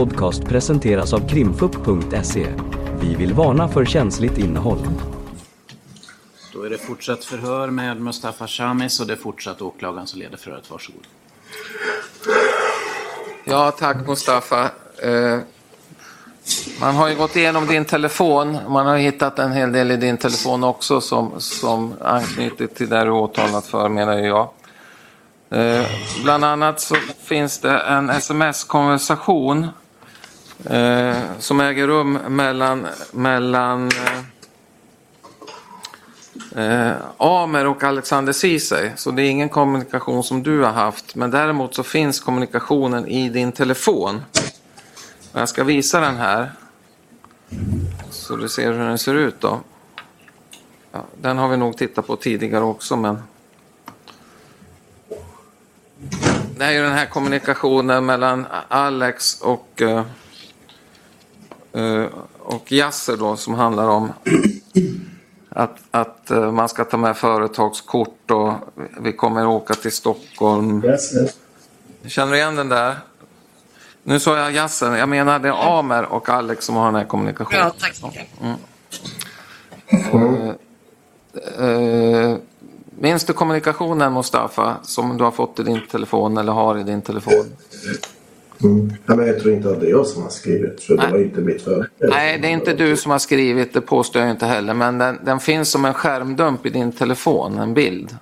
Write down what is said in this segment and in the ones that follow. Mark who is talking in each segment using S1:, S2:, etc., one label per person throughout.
S1: podcast presenteras av krimfupp.se. Vi vill varna för känsligt innehåll.
S2: Då är det fortsatt förhör med Mustafa Shamis och det är fortsatt åklagaren som leder förhöret. Varsågod.
S3: Ja, tack Mustafa. Man har ju gått igenom din telefon. Man har hittat en hel del i din telefon också som anknyter till det du åtalat för, menar jag. Bland annat så finns det en sms-konversation som äger rum mellan Amer och Alexander Ceesay. Så det är ingen kommunikation som du har haft, men däremot så finns kommunikationen i din telefon. Och jag ska visa den här så du ser hur den ser ut då. Ja, den har vi nog tittat på tidigare också, men det är ju den här kommunikationen mellan Alex och Yasser då, som handlar om att man ska ta med företagskort och vi kommer åka till Stockholm. Känner du igen den där? Nu sa jag Yasser, jag menar det är Amer och Alex som har den här kommunikationen.
S4: Ja, tack så mycket.
S3: Minns du kommunikationen, Mustafa, som du har fått i din telefon eller har i din telefon?
S5: Ja, men jag tror inte att det är jag som har skrivit, för det var inte mitt för.
S3: Nej, det är inte du som har skrivit, det påstår jag inte heller, men den finns som en skärmdump i din telefon, en bild.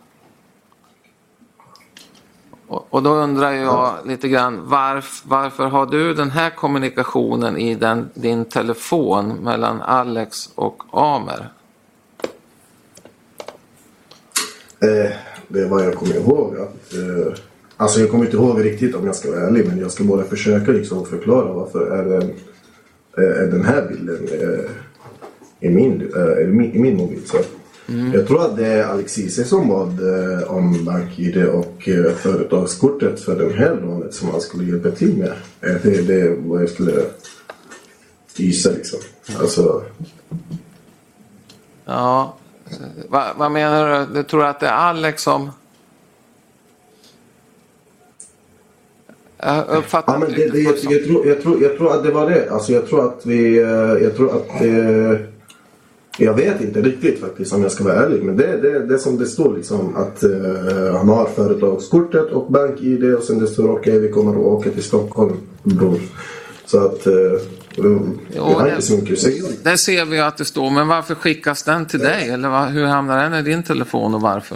S3: Och då undrar jag lite grann, varför har du den här kommunikationen i din telefon mellan Alex och Amer?
S5: Det var jag kommer ihåg att alltså jag kommer inte ihåg riktigt, om jag ska vara ärlig, men jag ska bara försöka liksom förklara varför är den här bilden i min mobil. Så jag tror att det är Alex Ceesay som bad om BankID och företagskortet för den här lånet som han skulle hjälpa till med. Det är vad jag skulle gissa liksom. Alltså.
S3: Ja, vad menar du? Du tror att det är Alex som... Jag uppfattar
S5: men jag tror att det var det. Alltså jag tror att jag vet inte riktigt faktiskt, om jag ska vara ärlig, men det som det står liksom att han har företagskortet och BankID och sen det står okej, vi kommer att åka till Stockholm, bror. Så att jag har inte så mycket att säga.
S3: Det ser vi att det står, men varför skickas den till dig? Eller hur hamnar den i din telefon och varför?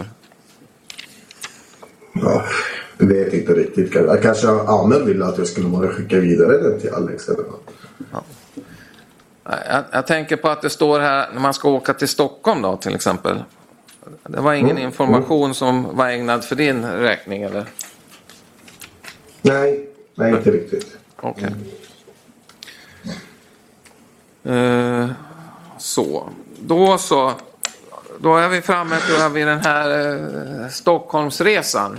S5: Ja, jag vet inte riktigt. Kanske Amer ville att jag skulle bara skicka vidare den till Alex eller något.
S3: Ja. Jag tänker på att det står här när man ska åka till Stockholm då, till exempel. Det var ingen information som var ägnad för din räkning, eller?
S5: Nej, inte riktigt.
S3: Okej. Så. Då är vi framme vid den här Stockholmsresan.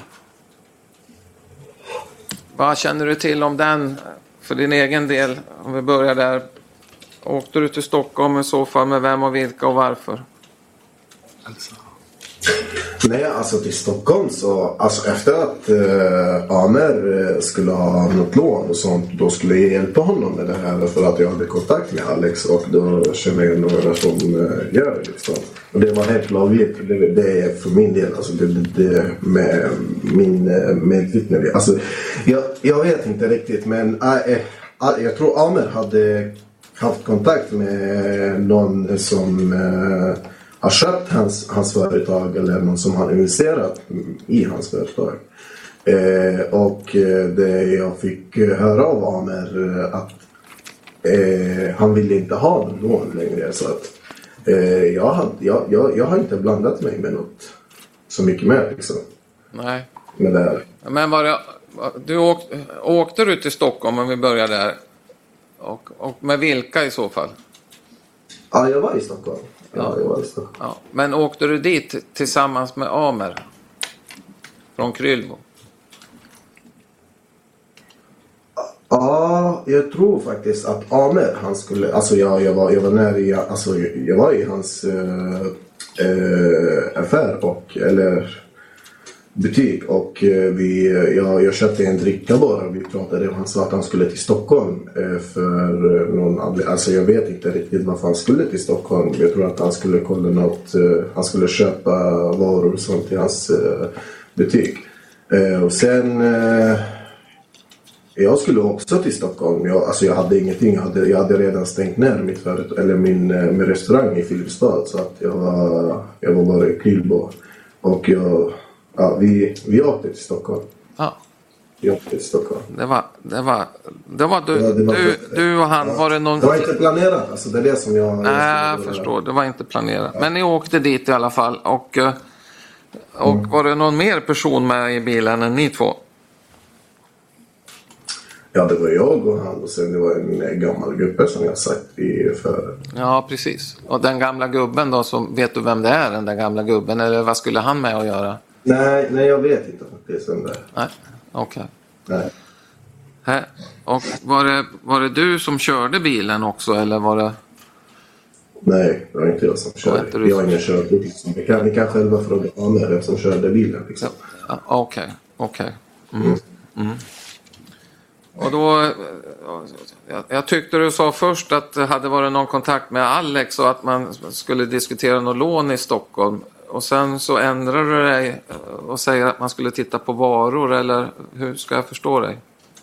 S3: Vad känner du till om den för din egen del? Om vi börjar där. Åkte du till Stockholm i så fall, med vem och vilka och varför?
S5: Nej, alltså till Stockholm så, alltså efter att Amer skulle ha något lån och sånt, då skulle jag hjälpa honom med det här för att jag hade kontakt med Alex och då kände jag några som gör det liksom. Och det var helt lagligt, det är för min del, alltså det med min medvittne. Alltså jag vet inte riktigt, men jag tror Amer hade haft kontakt med någon som har köpt hans företag eller någon som har investerat i hans företag. Och det jag fick höra av Amer att han ville inte ha någon lån längre, så att jag har inte blandat mig med något så mycket mer liksom.
S3: Nej.
S5: Med det här.
S3: Men åkte du till Stockholm, om vi börjar där? Och med vilka i så fall?
S5: Ja, jag var i Stockholm.
S3: Ja. Men åkte du dit tillsammans med Amer från Krylbo?
S5: Ja, jag tror faktiskt att Amer, han skulle, alltså jag var nära i, alltså jag var i hans affär och, eller butik och jag köpte en dricka bara. Vi pratade och han sa att han skulle till Stockholm för någon, alltså jag vet inte riktigt varför han skulle till Stockholm. Jag tror att han skulle kolla något, han skulle köpa varor och sånt till hans butik. Och sen jag skulle också till Stockholm. Jag hade ingenting. Jag hade redan stängt ner mitt företag, eller min restaurang i Filipstad, så att jag var bara i Krylbo. Och vi åkte till Stockholm.
S3: Ja.
S5: Vi åkte till Stockholm.
S3: Det var du och han. Var det någon...
S5: Det var inte planerat. Alltså det är det som
S3: jag förstår. Det var inte planerat. Men ni åkte dit i alla fall. Och var det någon mer person med i bilen än ni två?
S5: Ja, det var jag och han. Och sen det var en gammal gubbe som jag sagt i förr.
S3: Ja, precis. Och den gamla gubben då, så vet du vem det är, den där gamla gubben? Eller vad skulle han med att göra?
S5: Nej, jag vet inte faktiskt vem det är.
S3: Nej, okej.
S5: Nej.
S3: Och var det du som körde bilen också, eller var det...
S5: Nej, det var inte jag som körde. Jag har ingen körkort liksom. Ni kan själva fråga Amer vem som körde bilen liksom.
S3: Ja, okej. Och då, jag tyckte du sa först att det hade varit någon kontakt med Alex och att man skulle diskutera något lån i Stockholm. Och sen så ändrar du dig och säger att man skulle titta på varor, eller hur ska jag förstå dig?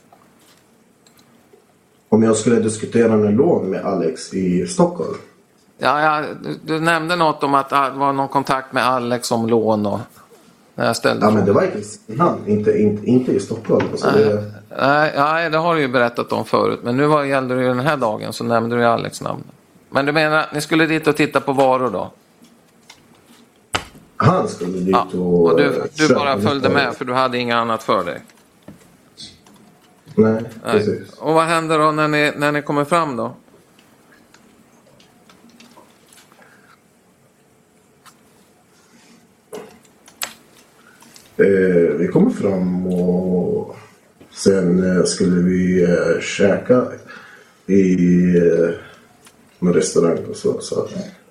S5: Om jag skulle diskutera en lån med Alex i Stockholm?
S3: Ja, du nämnde något om att det var någon kontakt med Alex om lån och när jag ställde.
S5: Ja, men det var inte i Stockholm. Alltså
S3: Nej, det har du ju berättat om förut. Men nu gällde det ju den här dagen, så nämnde du ju Alex namn. Men du menar att ni skulle dit och titta på varor då?
S5: Han skulle dit
S3: och du bara följde med för du hade inget annat för dig?
S5: Nej, precis.
S3: Och vad händer då när ni kommer fram då?
S5: Vi kommer fram och sen skulle vi käka i en restaurang och så.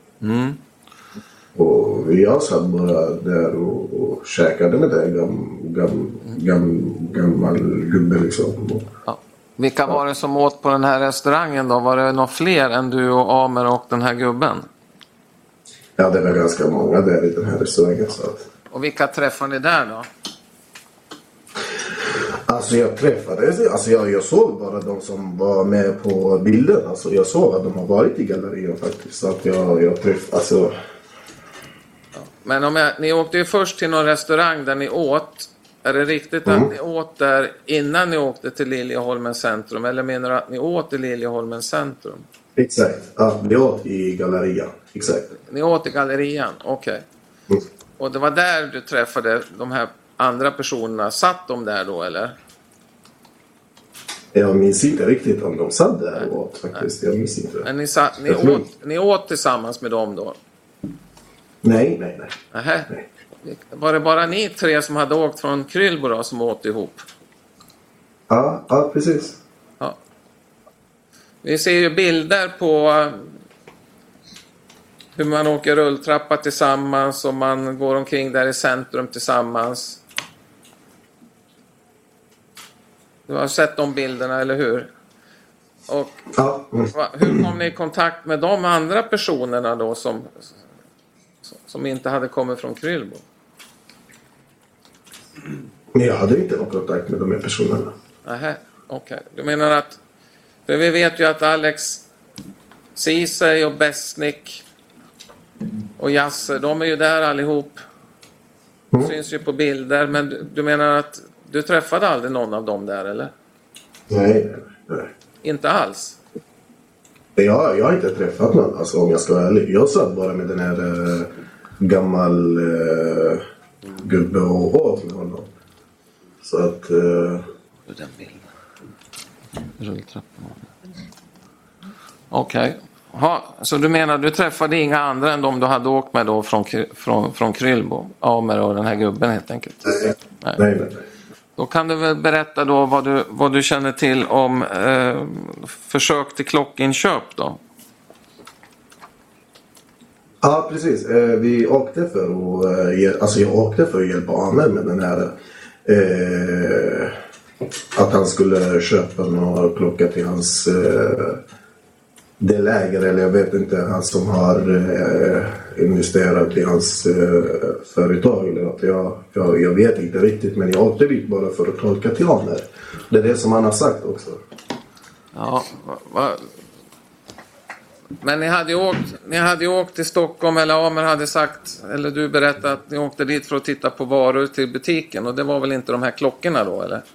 S5: Och vi satt bara där och käkade med det gammal gubbe liksom.
S3: Ja. Vilka var det som åt på den här restaurangen då? Var det några fler än du och Amer och den här gubben?
S5: Ja, det var ganska många där i den här restaurangen. Så att...
S3: Och vilka träffade ni där då?
S5: Alltså jag såg bara de som var med på bilden. Alltså jag såg att de har varit i gallerian faktiskt. Så att jag träffade, alltså...
S3: Men ni åkte ju först till någon restaurang där ni åt. Är det riktigt att ni åt där innan ni åkte till Liljeholmens centrum? Eller menar du att ni åt i Liljeholmens centrum?
S5: Exakt, ja, vi åt i gallerian. Exakt.
S3: Ni åt i gallerian, okej. Och det var där du träffade de här andra personerna. Satt de där då, eller?
S5: Jag minns inte riktigt om de satt där och åt faktiskt. Jag minns inte.
S3: Men ni åt tillsammans med dem då?
S5: Nej.
S3: Nähä. Nej. Var det bara ni tre som hade åkt från Krylbo då, som åt ihop?
S5: Ja, precis.
S3: Ja. Vi ser ju bilder på hur man åker rulltrappa tillsammans och man går omkring där i centrum tillsammans. Du har sett de bilderna, eller hur? Och hur kom ni i kontakt med de andra personerna då som inte hade kommit från Krylbo?
S5: Men jag hade inte någon kontakt med de här personerna.
S3: Nähä, okej. Du menar att... För vi vet ju att Alex Ceesay och Besnik och Jasser, de är ju där allihop. Syns ju på bilder. Men du menar att du träffade aldrig någon av dem där, eller?
S5: Nej.
S3: Inte alls?
S5: Jag har inte träffat någon, alltså, om jag ska vara ärlig. Jag satt bara med den här gammal gubbe och åt med honom. Så att...
S3: Den bilden. Rulltrappan. Okej. Så du menar du träffade inga andra än de du hade åkt med då från Krylbo? Amer och den här gubben helt enkelt?
S5: Nej.
S3: Då kan du väl berätta då vad du känner till om försök till klockinköp då?
S5: Ja, precis. Vi åkte för att, jag åkte för att hjälpa Amer med den här att han skulle köpa några klocka till hans delägare, eller jag vet inte, han som har investerat i hans företag, eller att jag vet inte riktigt, men jag åkte dit bara för att tolka till Amer. Det är det som han har sagt också.
S3: Ja, men ni hade åkt till Stockholm, eller Amer hade sagt, eller du berättade att ni åkte dit för att titta på varor till butiken, och det var väl inte de här klockorna då, eller?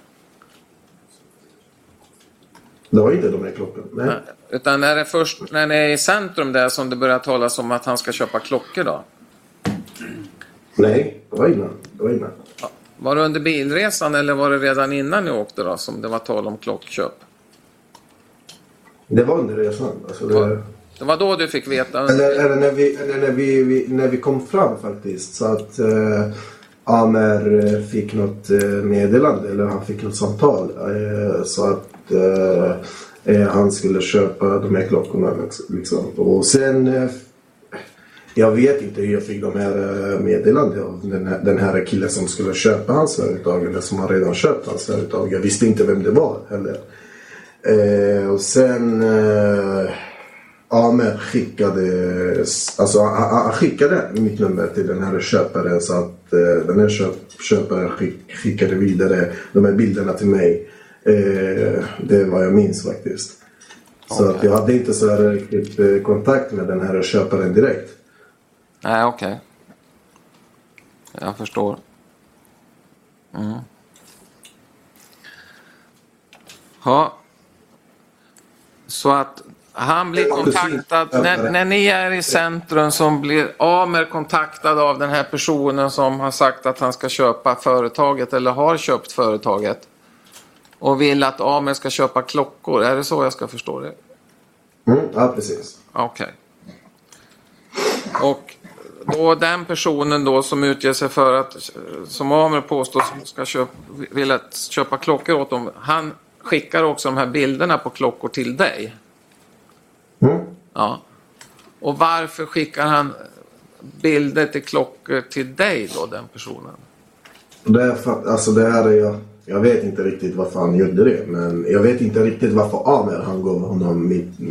S5: Det var inte de här klockorna, nej.
S3: Utan är det först när ni är i centrum där som det börjar talas om att han ska köpa klockor då?
S5: Nej, det var innan.
S3: Ja. Var det under bilresan eller var det redan innan ni åkte då som det var tal om klockköp?
S5: Det var under resan. Alltså
S3: det var då du fick veta?
S5: Eller när vi kom fram faktiskt. Så att Amer fick något meddelande, eller han fick något samtal. Så att han skulle köpa de här klockorna liksom. Och sen jag vet inte hur jag fick de här meddelanden av den här killen som skulle köpa hans företag, eller som har redan köpt hans företag. Jag visste inte vem det var heller. Och sen Amer skickade mitt nummer till den här köparen, så att den här köparen skickade vidare de här bilderna till mig. Det är vad jag minns faktiskt. Så att jag hade inte så här riktigt kontakt med den här köparen direkt.
S3: Nej, okej. Jag förstår. Ja. Så att han blir kontaktad när ni är i centrum, som blir Amer kontaktad av den här personen som har sagt att han ska köpa företaget eller har köpt företaget och vill att Amer ska köpa klockor. Är det så jag ska förstå det?
S5: Ja, precis.
S3: Okej. Och då den personen då som utger sig för att, som Amer påstår, ska vill att köpa klockor åt dem, han skickar också de här bilderna på klockor till dig. Ja. Och varför skickar han bilder till klockor till dig då, den personen?
S5: Jag vet inte riktigt varför han gjorde det, men jag vet inte riktigt varför Amer han gav honom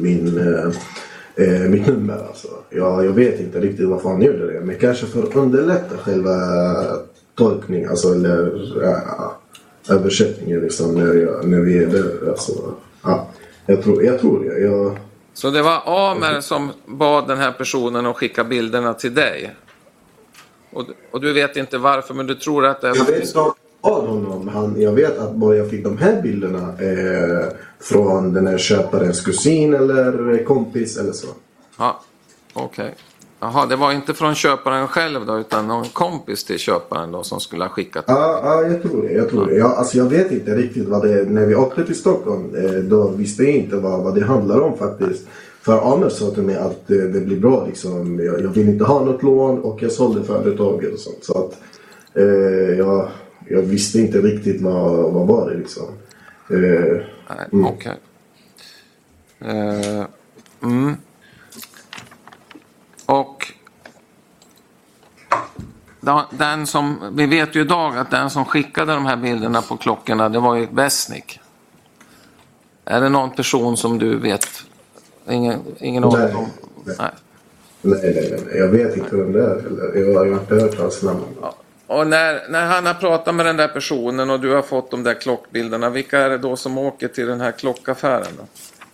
S5: mitt nummer. Alltså. Jag vet inte riktigt varför han gjorde det, men kanske för att underlätta själva tolkningen, alltså, eller översättningen liksom, när vi är där. Alltså, jag tror det.
S3: Så det var Amer som bad den här personen att skicka bilderna till dig? Och du vet inte varför, men du tror att det är...
S5: Jag vet av honom. Jag vet att bara jag fick de här bilderna från den här köparens kusin eller kompis eller så.
S3: Ja, okej. Jaha, det var inte från köparen själv då, utan någon kompis till köparen då som skulle ha skickat det?
S5: Ja, jag tror det. Jag vet inte riktigt vad det är. När vi åkte till Stockholm, då visste jag inte vad det handlar om faktiskt. För Amer sa till mig att det blir bra liksom. Jag vill inte ha något lån och jag sålde företaget och sånt. Så att jag visste inte riktigt vad var det liksom.
S3: Okej. Och den som, vi vet ju idag att den som skickade de här bilderna på klockorna, det var ju Besnik. Är det någon person som du vet? Ingen aning om?
S5: Nej. Jag vet inte vem det är. Jag har inte hört hans namn.
S3: Ja. Och när han har pratat med den där personen och du har fått de där klockbilderna, vilka är det då som åker till den här klockaffären då?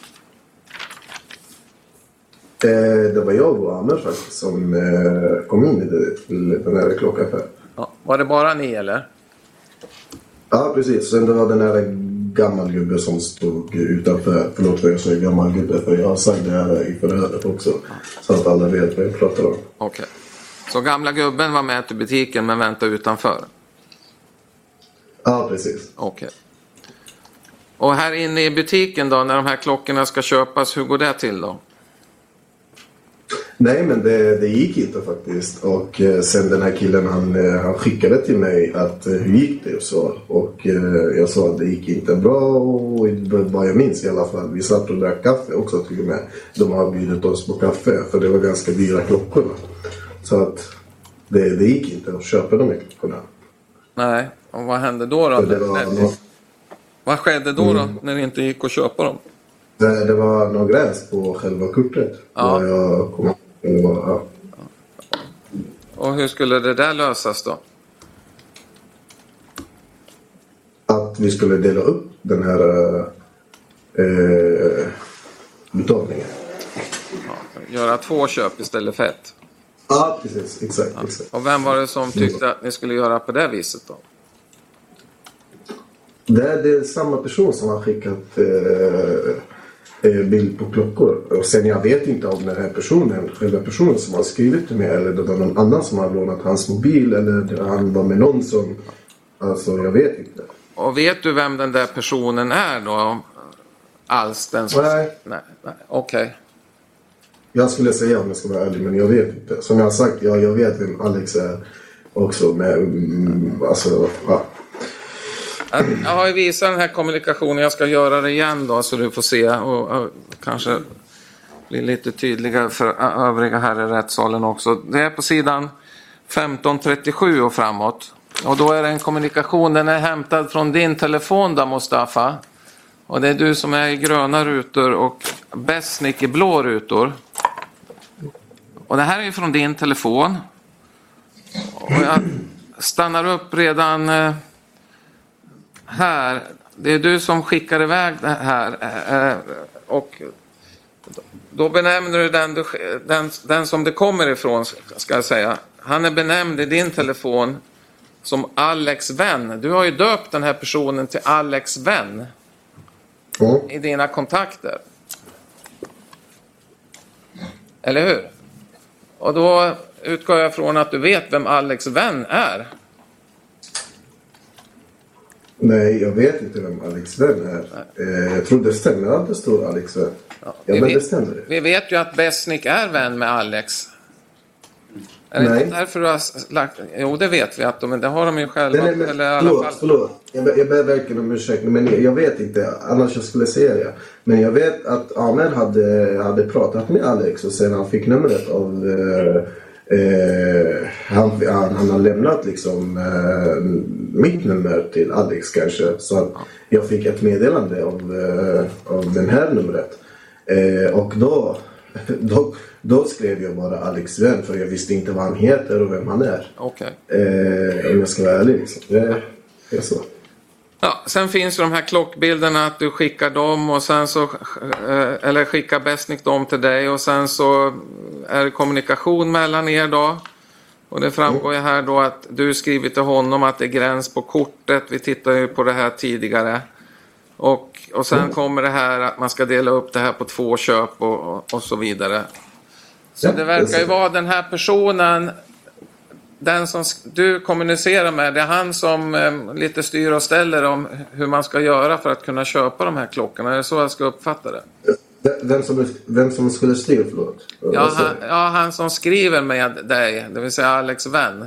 S5: Det var jag och Amer faktiskt som kom in till den här klockaffären.
S3: Ja. Var det bara ni eller?
S5: Ja, precis. Sen det var den här gammal gubbe som stod utanför. Förlåt för jag säger gammal gubbe, för jag har sagt det här i förhöret också. Så att alla vet vad jag pratar om.
S3: Okej. Så gamla gubben var med till butiken men väntade utanför?
S5: Ja, precis.
S3: Okej. Och här inne i butiken då, när de här klockorna ska köpas, hur går det till då?
S5: Nej, men det gick inte faktiskt. Och sen den här killen han skickade till mig att hur gick det och så. Och jag sa att det gick inte bra, och vad jag minns i alla fall. Vi satt och drack kaffe också till och med. De har bjudit oss på kaffe för det var ganska dyra klockor. Så att det gick inte att köpa de här klockorna.
S3: Nej, och vad hände då? Vad skedde då när det inte gick att köpa dem?
S5: Det var någon gräns på själva kortet.
S3: Ja.
S5: Ja.
S3: Och hur skulle det där lösas då?
S5: Att vi skulle dela upp den här betalningen.
S3: Ja, göra 2 köp istället för 1.
S5: Ja, precis. Exakt.
S3: Och vem var det som tyckte att ni skulle göra på det viset då?
S5: Det är samma person som har skickat bild på klockor. Och sen jag vet inte om den här själva personen som har skrivit till mig, eller det var någon annan som har lånat hans mobil, eller han var med någon som... Alltså, jag vet inte.
S3: Och vet du vem den där personen är då? Alls den som... Nej. Okej.
S5: Jag skulle säga om jag ska vara ärlig, men jag vet inte. Som jag har sagt, jag vet vem Alex är också. Men, alltså, ja.
S3: Jag har ju visat den här kommunikationen. Jag ska göra det igen då så du får se. Och kanske bli lite tydligare för övriga här i rättssalen också. Det är på sidan 1537 och framåt. Och då är det en kommunikation. Den är hämtad från din telefon då, Mustafa. Och det är du som är i gröna rutor och Besnik i blå rutor. Och det här är ju från din telefon. Och jag stannar upp redan här. Det är du som skickar iväg det här. Och då benämner du den som det kommer ifrån, ska jag säga. Han är benämnd i din telefon som Alex Vän. Du har ju döpt den här personen till Alex Vän i dina kontakter. Eller hur? Och då utgår jag från att du vet vem Alex Vän är.
S5: Nej, jag vet inte vem Alex Vän är. Jag tror det stämmer att det står Alex Vän. Ja, men det stämmer.
S3: Vi vet ju att Besnik är vän med Alex. Är det inte därför du har lagt... Jo, det vet vi att men det har de ju själva.
S5: Förlåt. Jag ber verkligen om ursäkt, men jag vet inte. Annars jag skulle säga det. Men jag vet att Amer hade pratat med Alex och sen han fick numret av... han har lämnat liksom mitt nummer till Alex kanske. Så att jag fick ett meddelande av den här numret. Och då skrev jag bara Alex Vän, för jag visste inte vad han heter och vem han är.
S3: Okej.
S5: Om jag ska vara ärlig liksom. Det är så.
S3: Ja, sen finns de här klockbilderna att du skickar dem och sen så eller skickar Besnik dem till dig och sen så är det kommunikation mellan er då. Och det framgår ju här då att du skriver till honom att det är gräns på kortet. Vi tittade ju på det här tidigare. Och sen kommer det här att man ska dela upp det här på 2 köp och så vidare. Så det verkar ju vara den här personen, den som du kommunicerar med, det är han som lite styr och ställer om hur man ska göra för att kunna köpa de här klockorna. Är det så jag ska uppfatta det?
S5: Vem som skulle styra, förlåt?
S3: Ja, han som skriver med dig, det vill säga Alex Vän.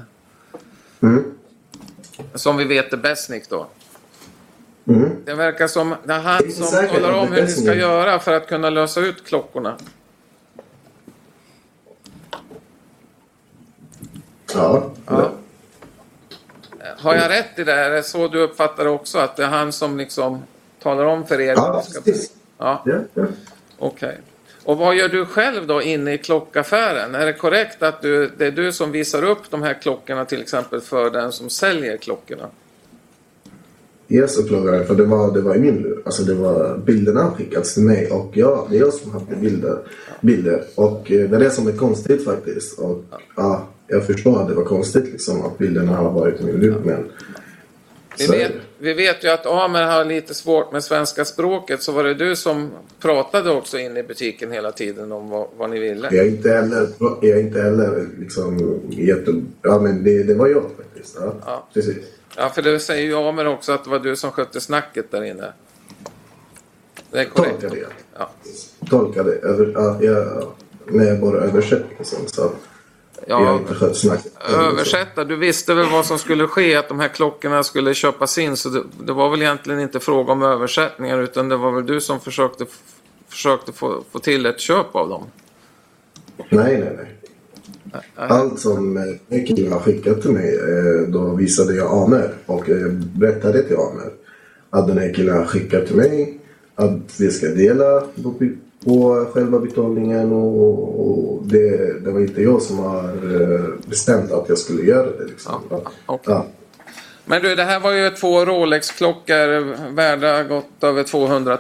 S3: Som vi vet är Besnik då. Det verkar som det är han som talar om hur ni ska göra för att kunna lösa ut klockorna.
S5: Ja.
S3: Har jag rätt i det här? Är det så du uppfattar det också? Att det är han som liksom talar om för er?
S5: Ja, precis.
S3: Ja. Okej. Och vad gör du själv då inne i klockaffären? Är det korrekt att det är du som visar upp de här klockorna till exempel för den som säljer klockorna?
S5: Yes, upplagaren, för det var i min lur. Alltså det var bilderna skickats till mig och det är jag som hade bilder. Och det är det som är konstigt faktiskt. Och jag förstår att det var konstigt liksom att bilderna har varit i min lur, men...
S3: Vi vet ju att Amer har lite svårt med svenska språket, så var det du som pratade också in i butiken hela tiden om vad ni ville?
S5: Jag är inte heller liksom ja, men det var jag faktiskt. Ja. Precis.
S3: Ja, för det säger ju Amer också att det var du som skötte snacket där inne. Det är korrekt.
S5: Tolka det. Ja. Tolka det. Med bara översättning så jag har inte skött snacket.
S3: Översätta, du visste väl vad som skulle ske, att de här klockorna skulle köpas in, så det var väl egentligen inte fråga om översättningar, utan det var väl du som försökte få till ett köp av dem?
S5: Nej. Allt som killen har skickat till mig, då visade jag Amer och berättade till Amer att den här killen har skickat till mig att vi ska dela på själva betalningen och det var inte jag som har bestämt att jag skulle göra det. Liksom.
S3: Okay. Ja. Men du, det här var ju 2 Rolex-klockor värda gott över 200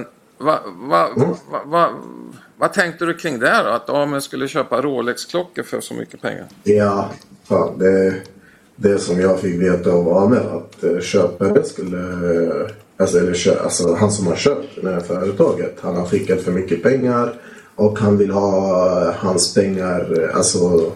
S3: 000. Vad tänkte du kring det då? Att Amer skulle köpa Rolex-klockor för så mycket pengar?
S5: Ja, fan, det som jag fick veta av Amer att köpare skulle... Alltså han som har köpt det här företaget, han har skickat för mycket pengar och han vill ha hans pengar, alltså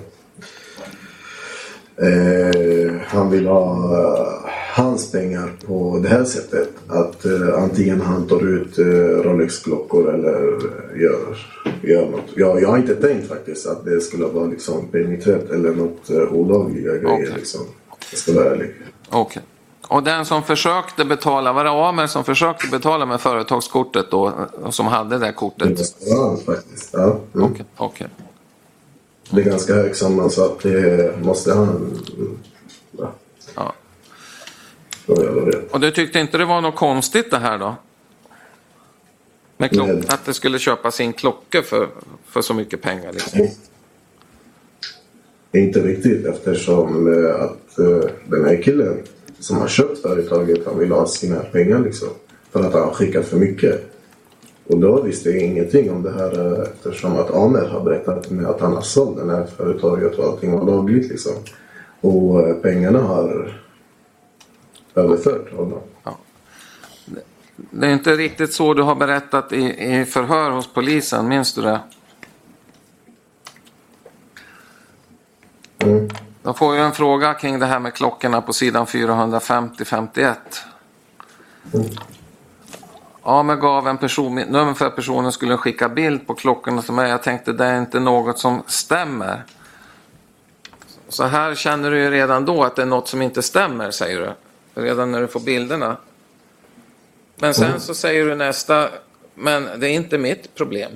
S5: han vill ha hans pengar på det här sättet, att antingen han tar ut Rolex-klockor eller gör något. Jag har inte tänkt faktiskt att det skulle vara liksom penningtvätt eller något olagliga grejer liksom. Jag ska vara ärlig.
S3: Okej. Och den som försökte betala, var det Amer som försökte betala med företagskortet då, som hade det där kortet?
S5: Ja, faktiskt. Ja. Mm.
S3: Okej.
S5: Det är ganska hög summa så att det måste han...
S3: Ja. Och du tyckte inte det var något konstigt det här då? Med att det skulle köpa sin klocka för så mycket pengar liksom?
S5: Inte riktigt, eftersom att den här killen som har köpt företaget, han vill ha sina pengar liksom. För att han har skickat för mycket. Och då visste jag ingenting om det här eftersom att Amer har berättat med att han har sålt den här företaget och allting var lagligt liksom. Och pengarna har överfört honom.
S3: Ja. Det är inte riktigt så du har berättat i förhör hos polisen, minns du det?
S5: Mm.
S3: Då får jag en fråga kring det här med klockorna på sidan 450-51. Amer gav en nummer för att personen skulle skicka bild på klockorna till mig. Jag tänkte det är inte något som stämmer. Så här känner du ju redan då att det är något som inte stämmer, säger du. Redan när du får bilderna. Men sen så säger du nästa, men det är inte mitt problem.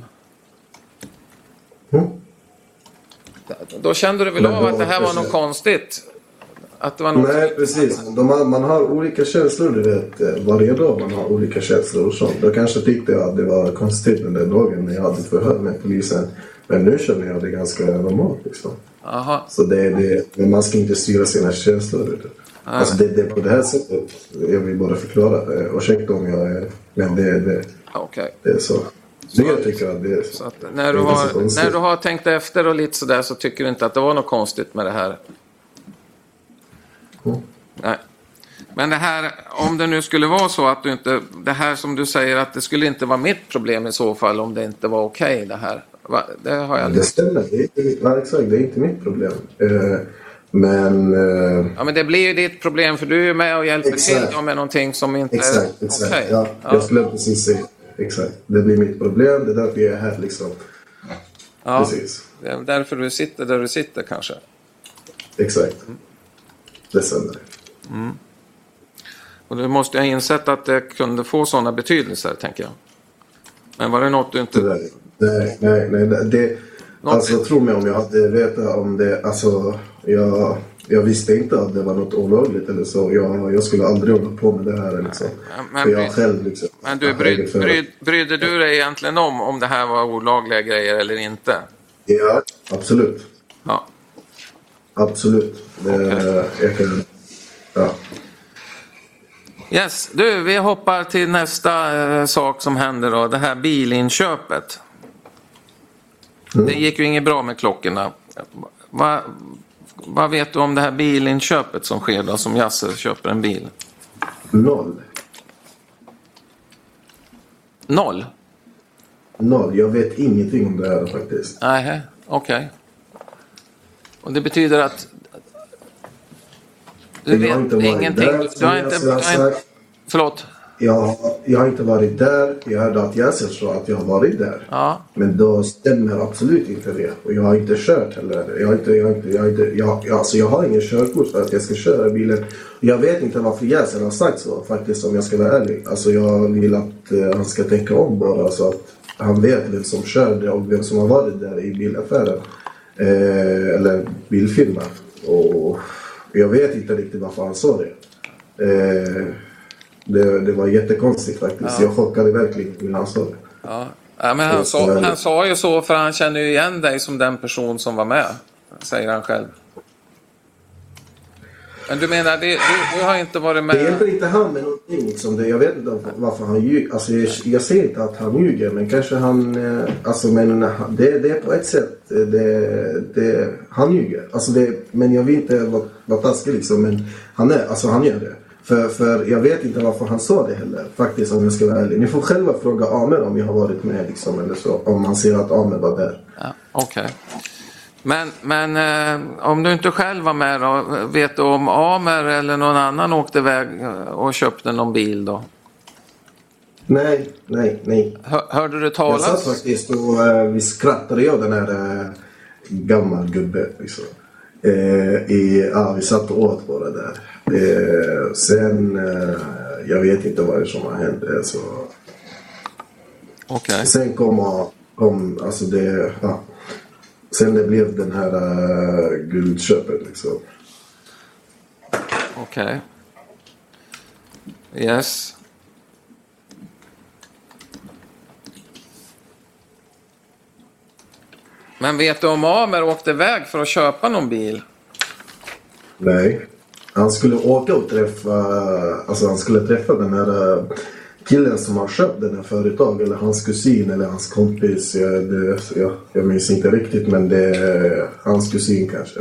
S3: Då kände du väl av att det här var något konstigt? Att det var något...
S5: Nej, precis. Man har olika känslor, du vet. Varje dag man har olika känslor och sånt. Då kanske tyckte jag att det var konstigt den där dagen när jag hade förhör med polisen. Men nu känner jag det ganska normalt liksom.
S3: Aha.
S5: Så men man ska inte styra sina känslor. Alltså det är på det här sättet. Jag vill bara förklara. Ursäkta om jag är... Men det är så. Det jag tycker att det är så.
S3: Att när du har tänkt efter och lite sådär så tycker du inte att det var något konstigt med det här? Nej. Men det här, om det nu skulle vara så att du inte, det här som du säger att det skulle inte vara mitt problem i så fall om det inte var okej det här. Det har jag...
S5: Det stämmer, exakt, det är inte mitt problem. Men...
S3: Ja, men det blir ju ditt problem för du är med och hjälper till med någonting som inte
S5: är okej. Ja, jag skulle precis säga. Exakt, det blir mitt problem, det är därför jag är här liksom.
S3: Ja,
S5: precis.
S3: Det är därför du sitter där du sitter kanske.
S5: Exakt. Det stämmer.
S3: Och du måste ha insett att det kunde få sådana betydelser, tänker jag. Men var det något du inte...
S5: Nej. Alltså tro mig om jag hade vetat om det, alltså jag visste inte att det var något olagligt eller så. Jag skulle aldrig hålla på med det här liksom. Men jag själv liksom.
S3: Men du, brydde du dig egentligen om det här var olagliga grejer eller inte?
S5: Ja, absolut.
S3: Ja.
S5: Absolut. Jag kan... Ja.
S3: Yes, du, vi hoppar till nästa sak som händer då. Det här bilinköpet. Det gick ju inget bra med klockorna. Vad vet du om det här bilinköpet som sker då, som Yasser köper en bil? Noll?
S5: Jag vet ingenting om det här faktiskt.
S3: Nej, okej. Och det betyder att du vet ingenting. Du har inte... Förlåt?
S5: Jag har inte varit där. Jag hörde att Yasser sa att jag har varit där.
S3: Ja.
S5: Men då stämmer absolut inte det. Och jag har inte kört heller. Jag har ingen körkort för att jag ska köra bilen. Jag vet inte varför Yasser har sagt så faktiskt, om jag ska vara ärlig. Alltså jag vill att han ska tänka om bara så att han vet vem som körde och vem som har varit där i bilaffären. Eller bilfirma. Och jag vet inte riktigt varför han sa det. Det var jättekonstigt faktiskt. Jag chockade verkligen när han sa det.
S3: Ja, men han sa ju så för han känner ju igen dig som den person som var med, säger han själv. Men du menar, du har inte varit med...
S5: Det hjälper inte han med någonting. Liksom. Jag vet inte varför han ljuger. Alltså, jag ser inte att han ljuger, men kanske han... Alltså, men det är på ett sätt... han ljuger. Alltså, men jag vill inte vara taskig liksom, men han gör det. För jag vet inte varför han sa det heller, faktiskt, om jag ska vara ärlig. Ni får själva fråga Amer om jag har varit med liksom, eller så, om man ser att Amer var där.
S3: Ja, okej. Men om du inte själv var med då, vet du om Amer eller någon annan åkte iväg och köpte någon bil då?
S5: Nej.
S3: Hörde du talas?
S5: Jag satt faktiskt och vi skrattade jag den här gammal gubbe liksom. Vi satt och åt bara där. Sen jag vet inte vad det som har hänt så.
S3: Okay.
S5: Sen kom alltså det sen det blev den här guldköpet liksom.
S3: Okej. Yes. Men vet du om Amer åkte iväg för att köpa någon bil?
S5: Nej. Han skulle åka och träffa den här killen som har köpt den här företag, eller hans kusin eller hans kompis. Jag minns inte riktigt, men det är hans kusin kanske.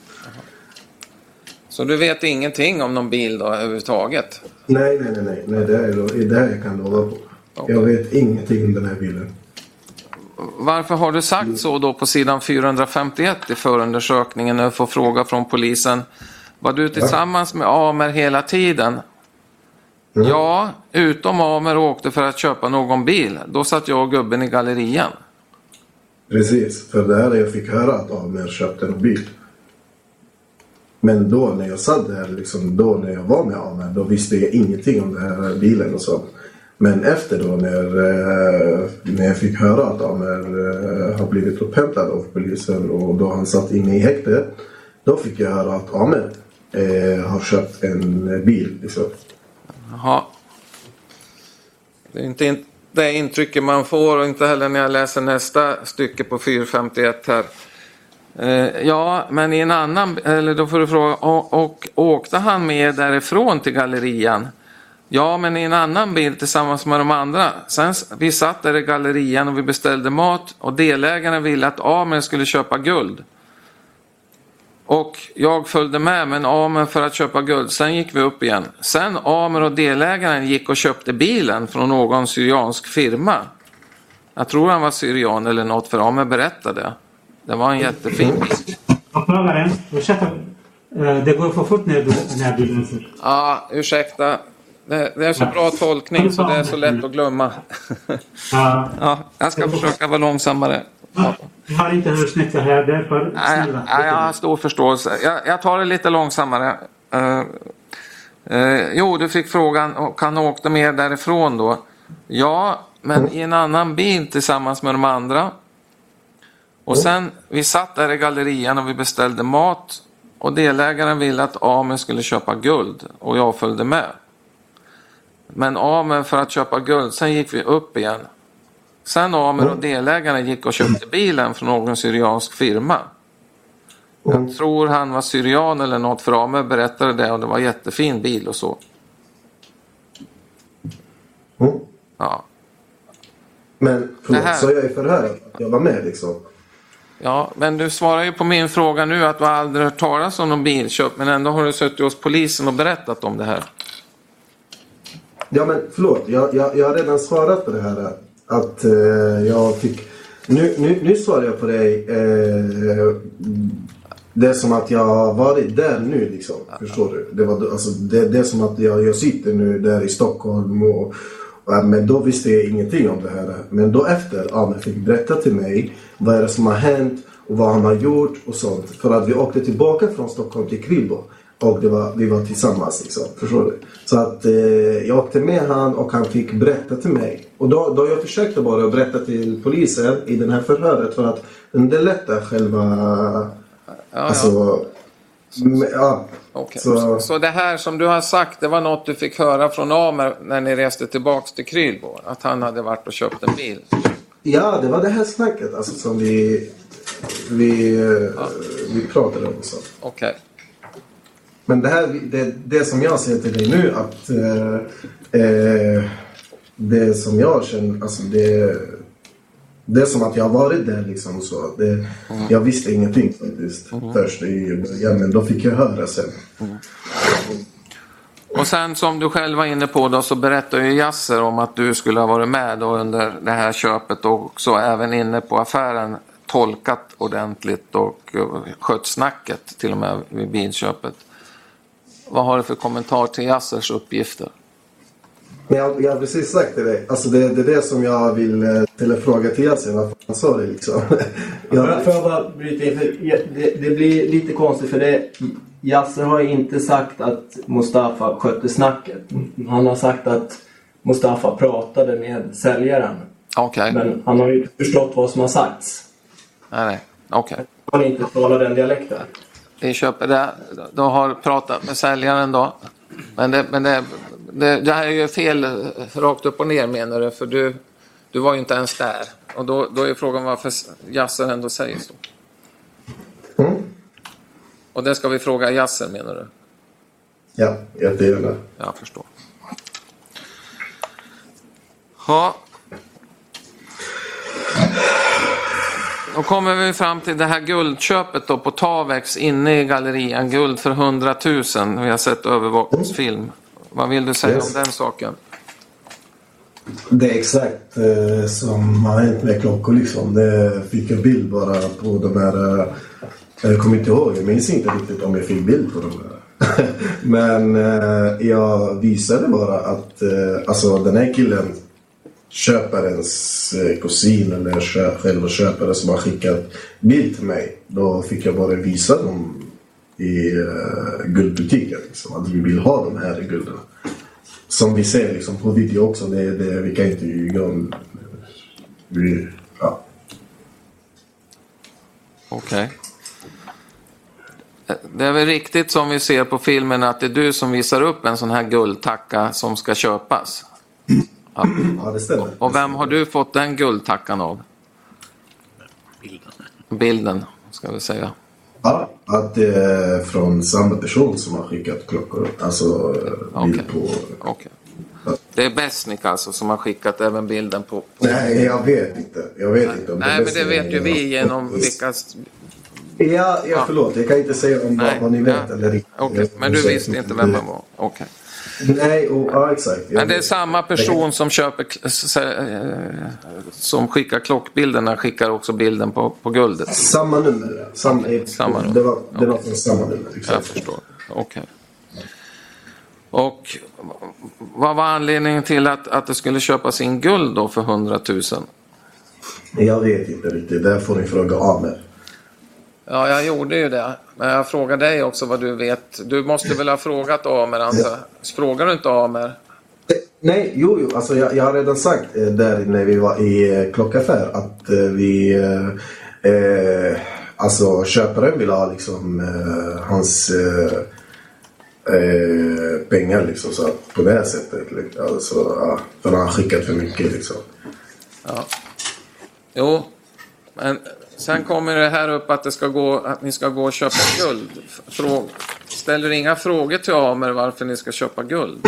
S3: Så du vet ingenting om någon bil då överhuvudtaget?
S5: Nej, det är det jag kan lova på. Okay. Jag vet ingenting om den här bilen.
S3: Varför har du sagt så då på sidan 451 i förundersökningen när du får fråga från polisen? Var du tillsammans med Amer hela tiden? Mm. Ja, utom Amer åkte för att köpa någon bil. Då satt jag och gubben i gallerian.
S5: Precis, för det här jag fick höra att Amer köpte en bil. Men då när jag satt där, liksom, då när jag var med Amer, då visste jag ingenting om den här bilen och så. Men efter då när jag fick höra att Amer har blivit upphämtad av polisen och då han satt inne i häktet, då fick jag höra att Amer har köpt en bil liksom.
S3: Jaha. Det är inte det intrycket man får, och inte heller när jag läser nästa stycke på 451 här. Ja, men i en annan, eller då får du fråga, och åkte han med därifrån till gallerian? Ja, men i en annan bil tillsammans med de andra. Sen vi satt där i gallerian och vi beställde mat och delägarna ville att Amer skulle köpa guld. Och jag följde med Amer för att köpa guld. Sen gick vi upp igen. Sen Amer och delägaren gick och köpte bilen från någon syriansk firma. Jag tror han var syrian eller något, för Amer berättade. Det var en jättefin bil.
S4: Det går för fort när bilen ser.
S3: Ja, ursäkta. Det är så bra tolkning så det är så lätt att glömma. Ja, jag ska försöka vara långsammare.
S4: Ja. Jag har inte hörsnäcka här därför.
S3: Nej, jag har stor förståelse. Jag tar det lite långsammare. Jo, du fick frågan, kan han åka med därifrån då? Ja, men i en annan bil tillsammans med de andra. Och sen, vi satt där i gallerian och vi beställde mat. Och delägaren ville att Amer skulle köpa guld. Och jag följde med. Men Amer för att köpa guld, sen gick vi upp igen. Sen Amer och delägaren gick och köpte bilen från någon syriansk firma. Jag tror han var syrian eller något, för Amer berättade det och det var en jättefin bil och så. Ja.
S5: Men så jag är för här att jag var med liksom.
S3: Ja, men du svarar ju på min fråga nu att du aldrig hört talas om någon bilköp, men ändå har du suttit hos polisen och berättat om det här.
S5: Ja, men förlåt, jag har redan svarat på det här att jag fick nu svarar jag på dig det är som att jag har varit där nu liksom, förstår du? Det var alltså det är som att jag sitter nu där i Stockholm men då visste jag ingenting om det här. Men då efter Amer fick berätta till mig vad är det som har hänt och vad han har gjort och sånt. För att vi åkte tillbaka från Stockholm till Krylbo. Och vi var tillsammans liksom, förstår du? Så att jag åkte med han och han fick berätta till mig. Och då jag försökte bara berätta till polisen i den här förhöret för att underlätta själva... Alltså... Ja.
S3: Okay. Så det här som du har sagt, det var något du fick höra från Amer när ni reste tillbaks till Krylbo? Att han hade varit och köpt en bil?
S5: Ja, det var det här snacket alltså, som vi pratade om. Okej.
S3: Okay.
S5: Men det som jag säger till dig nu, att det som jag känner, alltså det är som att jag har varit där liksom så. Jag visste ingenting faktiskt först i början, men då fick jag höra sen.
S3: Och sen som du själv var inne på då, så berättar ju Yasser om att du skulle ha varit med då under det här köpet och också även inne på affären, tolkat ordentligt och skött snacket till och med vid bilköpet. Vad har du för kommentar till Yassers uppgifter?
S5: Jag har precis sagt till dig. Alltså det är det som jag vill fråga till Yasser. Vad fan sa det liksom?
S6: Får jag bara bryta in? Det blir lite konstigt för det. Yasser har inte sagt att Mustafa skötte snacket. Han har sagt att Mustafa pratade med säljaren.
S3: Okay.
S6: Men han har ju förstått vad som har sagts.
S3: Nej. Okej.
S6: Han har inte talat den dialekten.
S3: Vi köper det. Du har pratat med säljaren då. Men det här är ju fel rakt upp och ner menar du. För du var ju inte ens där. Och då är frågan varför Yasser ändå säger så. Och det ska vi fråga Yasser menar du?
S5: Ja, jättegärna.
S3: Jag förstår. Ja. Då kommer vi fram till det här guldköpet då på Tavex inne i gallerian. Guld för 100 000. Vi har sett övervakningsfilm. Vad vill du säga om den saken?
S5: Det är exakt som har hänt med klockor liksom. Det fick jag bild bara på de här... Jag kommer inte ihåg, jag minns inte riktigt om jag fick bild på de här. Men jag visade bara att alltså den här killen, köparens kusin eller själva köpare som har skickat bild till mig, då fick jag bara visa dem i guldbutiken liksom, att vi vill ha de här gulderna. Som vi ser liksom på video också, vi kan inte ljuga om. Ja.
S3: Okej. Det är väl riktigt som vi ser på filmen att det är du som visar upp en sån här guldtacka som ska köpas? Ja,
S5: det stämmer.
S3: Och vem har du fått den guldtackan av? Bilden, ska vi säga.
S5: Ja, att det är från samma person som har skickat klockor. Alltså bild på...
S3: Okej. Det är Besnik alltså som har skickat även bilden på...
S5: Nej, jag vet inte. Om
S3: nej, men det vet ju vi genom vilka...
S5: Ja, förlåt. Jag kan inte säga om vad ni vet eller inte.
S3: Okej, men du visste inte vem man var. Okej.
S5: Nej, exakt.
S3: Men det är samma person som köper som skickar klockbilderna, skickar också bilden på guldet.
S5: Samma nummer. Samma nummer. Det var från samma nummer. Exakt.
S3: Jag förstår. Okej. Och vad var anledningen till att det skulle köpas in guld då för 100 000?
S5: Jag vet inte riktigt. Där får ni fråga Amer.
S3: Ja, jag gjorde ju det. Men jag frågar dig också vad du vet. Du måste väl ha frågat Amer, antar. Frågar du inte Amer?
S5: Nej, jo. Alltså jag har redan sagt där när vi var i klockaffär att vi... alltså köparen vill ha liksom hans pengar liksom så på det här sättet. Alltså, för han har skickat för mycket liksom.
S3: Ja. Jo, men... Sen kommer det här upp att ni ska gå och köpa guld. Ställer du inga frågor till Amer varför ni ska köpa guld?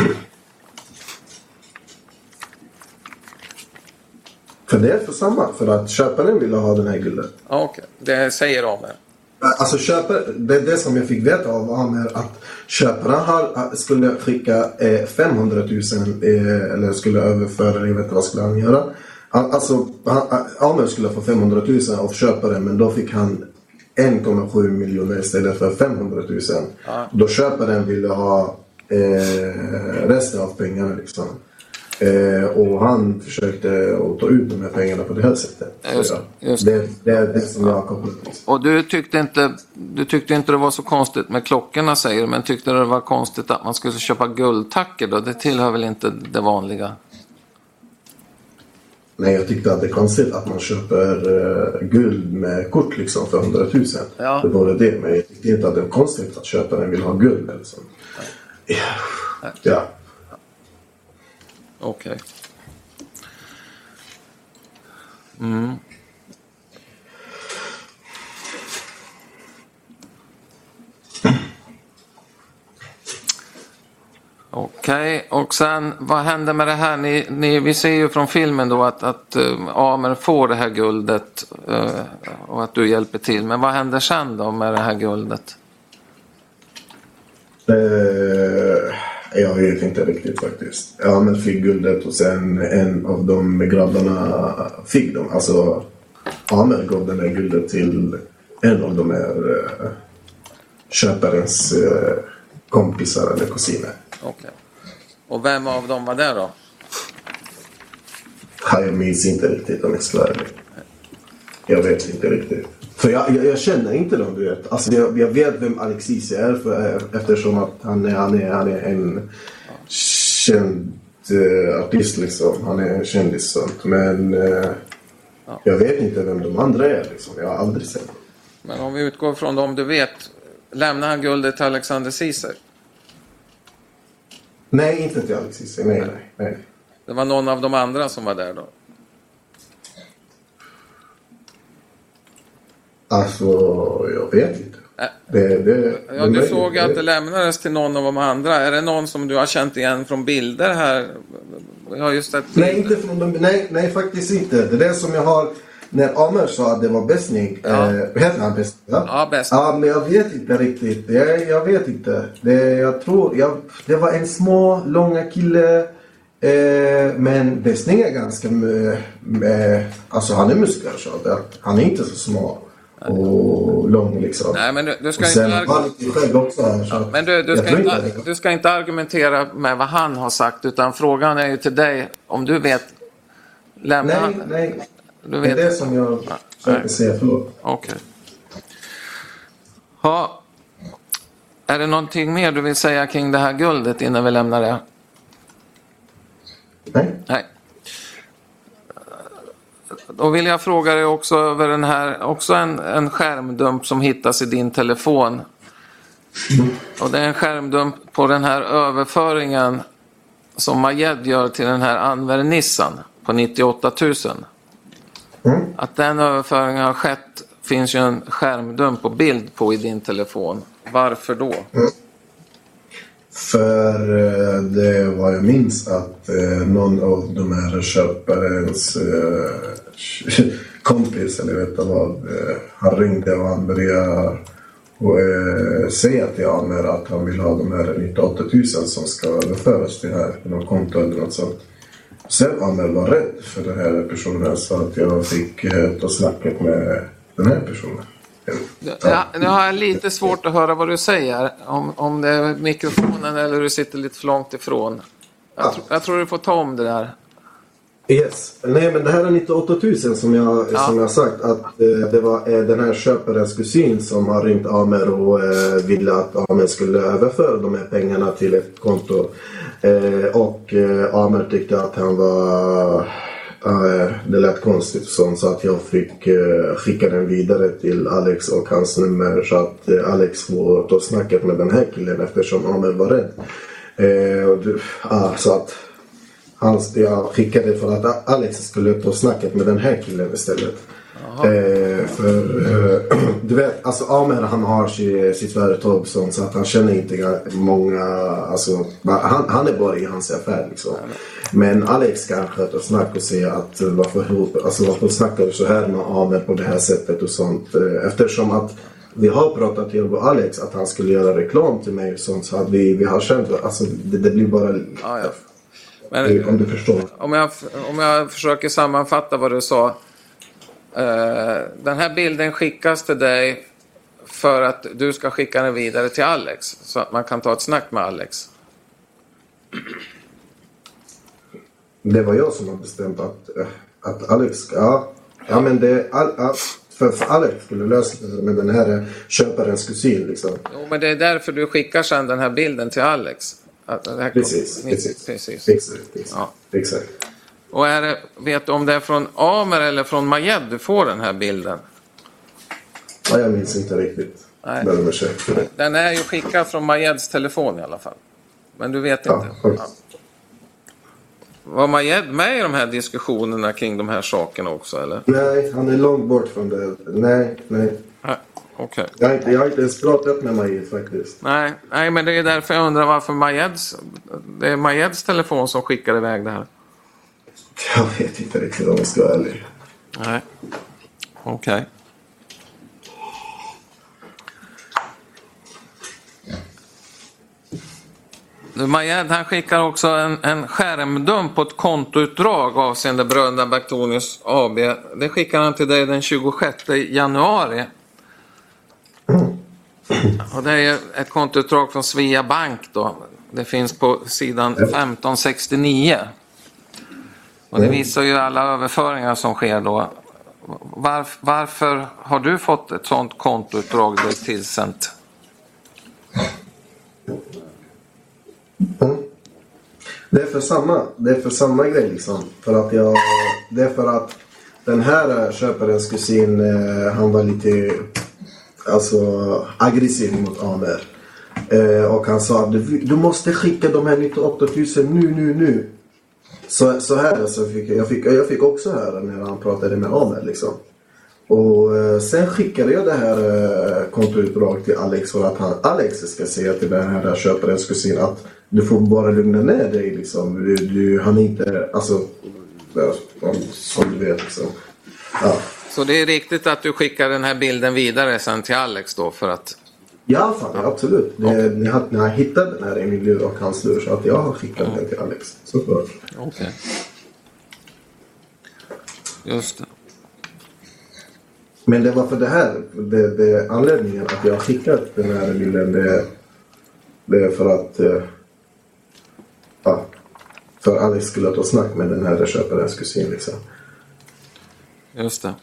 S5: För det är för samma. För att köparen vill ha den här guldet.
S3: Okej, det säger Amer.
S5: Alltså det är det som jag fick veta av Amer. Att köparen skulle skicka 500 000 eller skulle överföra, jag vet inte vad skulle han göra. Alltså, Amer skulle få 500 000 av köparen, men då fick han 1,7 miljoner istället för 500 000. Ja. Då köparen ville ha resten av pengarna liksom. Och han försökte att ta ut de här pengarna på det här sättet. Just. Det är det som jag har kopplat till.
S3: Och du tyckte inte det var så konstigt med klockorna, säger du, men tyckte det var konstigt att man skulle köpa guldtackor då? Det tillhör väl inte det vanliga?
S5: Nej, jag tyckte att det är konstigt att man köper guld med kort liksom för 100 000.
S3: Ja.
S5: Det var det, men jag tyckte inte att det är konstigt att köparen vill ha guld eller så. Ja.
S3: Okej. Okej, och sen vad händer med det här? Vi ser ju från filmen då att Amer får det här guldet och att du hjälper till. Men vad händer sen då med det här guldet?
S5: Jag vet inte riktigt faktiskt. Amer fick guldet och sen en av de grabbarna fick dem. Alltså Amer gav den här guldet till en av de här köparens kompisar eller kusiner.
S3: Okej. Och vem av dem var det då?
S5: Jag minns inte riktigt om jag ska vara ärlig. Jag vet inte riktigt. För jag känner inte dem, du vet. Alltså jag vet vem Alexis är eftersom att han är en känd artist liksom. Han är en kändis sånt. Men jag vet inte vem de andra är liksom. Jag har aldrig sett dem.
S3: Men om vi utgår från dem du vet, lämnar han guldet till Alexander Ceesay?
S5: Nej, inte till Alexis. Nej.
S3: Det var någon av de andra som var där då?
S5: Alltså, jag vet inte.
S3: Du såg att det lämnades till någon av de andra. Är det någon som du har känt igen från bilder här? Jag har just sett bilder.
S5: Nej, inte från de, nej, faktiskt inte. Det är det som jag har... När Amer sa att det var Besnik, heter han Besnik?
S3: Ja, Besnik.
S5: Ja, men jag vet inte riktigt. Jag vet inte. Det var en små, långa kille. Men Besnik är ganska... alltså han är muskler så att han är inte så små och lång liksom.
S3: Nej, men du ska
S5: sen
S3: inte...
S5: var lite själv också här, så
S3: ja, men du ska inte argumentera med vad han har sagt, utan frågan är ju till dig om du vet...
S5: Nej. Du vet. Det är det som jag försöker säga förlåt.
S3: Okej. Ja. Är det någonting mer du vill säga kring det här guldet innan vi lämnar det? Nej. Då vill jag fråga dig också över den här, också en skärmdump som hittas i din telefon. Och det är en skärmdump på den här överföringen som Majed gör till den här Anver Nissan på 98 000. Att den överföringen har skett finns ju en skärmdump och bild på i din telefon. Varför då?
S5: För det var jag minns att någon av de här köparens kompis eller vet vad, han ringde och han började säga till Amer att han vill ha de här 98 000 som ska överföras till här någon konto eller något sånt. Sen Amer var rädd för den här personen så att jag fick ta snacket med den här personen.
S3: Ja, nu har jag lite svårt att höra vad du säger. Om det är mikrofonen eller du sitter lite för långt ifrån. Jag tror du får ta om det där.
S5: Yes. Nej, men det här är 98 000 som jag sagt att det var den här köparens kusin som har ringt Amer och ville att Amer skulle överföra de här pengarna till ett konto. Och Amer tyckte att han var... det lät konstigt så att jag fick skicka den vidare till Alex och hans nummer så att Alex får ta snacket med den här killen eftersom Amer var rädd. Så att jag skickade för att Alex skulle ta snacket med den här killen istället. Du vet, alltså Amer han har sitt företag så att han känner inte många, alltså han är bara i hans affär liksom. Men Alex kanske tar snack och säger att varför snackar du så här med Amer på det här sättet och sånt, eftersom att vi har pratat till Alex att han skulle göra reklam till mig och sånt, så att vi har känt alltså det blir bara men, om du förstår.
S3: Om jag försöker sammanfatta vad du sa. Den här bilden skickas till dig för att du ska skicka den vidare till Alex så att man kan ta ett snack med Alex.
S5: Det var jag som har bestämt att Alex men det för Alex skulle lösa det med den här köparens kusin liksom.
S3: Jo, men det är därför du skickar sedan den här bilden till Alex.
S5: Precis.
S3: Ja.
S5: Exakt.
S3: Och vet du om det är från Amer eller från Majed du får den här bilden?
S5: Ja, jag minns inte riktigt.
S3: Nej.
S5: Nej.
S3: Den är ju skickad från Majeds telefon i alla fall. Men du vet inte.
S5: Ja.
S3: Var Majed med i de här diskussionerna kring de här sakerna också, eller?
S5: Nej, han är långt bort från det. Nej.
S3: Okej.
S5: Jag har inte ens pratat med mig faktiskt.
S3: Nej, men det är därför jag undrar varför det är Majeds telefon som skickar iväg det här.
S5: Jag vet inte riktigt om jag ska vara ärlig.
S3: Nej. Okej. Majed, han skickar också en skärmdump på ett kontoutdrag avseende Bröderna Bactonius AB. Det skickar han till dig den 26 januari. Och det är ett kontoutdrag från Svea Bank då. Det finns på sidan 1569. Och det visar ju alla överföringar som sker då. Varför har du fått ett sånt kontoutdrag dig tillsänt?
S5: Det är för samma grej liksom. Det är för att den här köparens kusin, han var lite aggressiv mot Amer. Och han sa, du måste skicka de här 98 000 nu. Så här så jag fick också höra när han pratade med Amer liksom. Och sen skickade jag det här kontoutdrag till Alex för att Alex ska säga till den här köparens kusin att du får bara lugna ner dig liksom. Han är inte, som du vet liksom. Ja.
S3: Så det är riktigt att du skickar den här bilden vidare sen till Alex då för att...
S5: Ja, fan, absolut. När jag hittade den här i min lur och hans lur så att jag har skickat den till Alex. Såklart.
S3: Okej. Just det.
S5: Men det var för det här, det anledningen att jag har skickat den här bilden, det är för att för Alex skulle ta snack med den här köparens kusin liksom.
S3: Just det.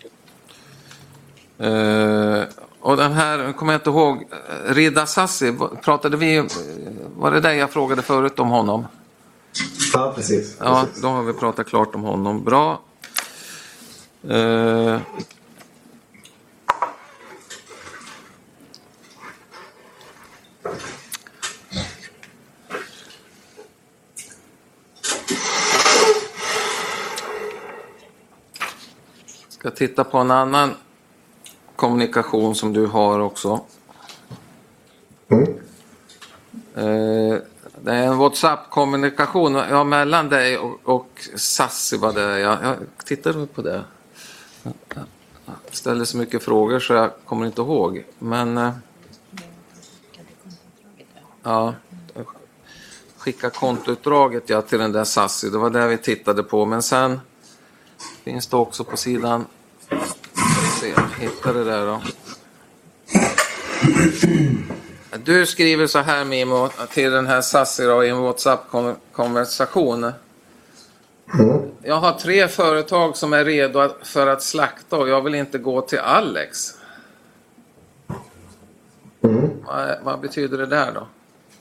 S3: Och den här, kommer jag inte ihåg, Rida Sassi, var det där jag frågade förut om honom?
S5: Ja, precis.
S3: Ja, då har vi pratat klart om honom. Bra. Ska titta på en annan kommunikation som du har också. Det är en WhatsApp-kommunikation mellan dig och Sassi. Vad det är. Jag tittade på det. Jag ställer så mycket frågor så jag kommer inte ihåg. Men skicka kontoutdraget till den där Sassi. Det var det vi tittade på. Men sen finns det också på sidan. Hittar det där då. Du skriver så här, Mimo, till den här Sassi då, i en WhatsApp-konversation. Jag har 3 företag som är redo för att slakta och jag vill inte gå till Alex. Vad betyder det där då?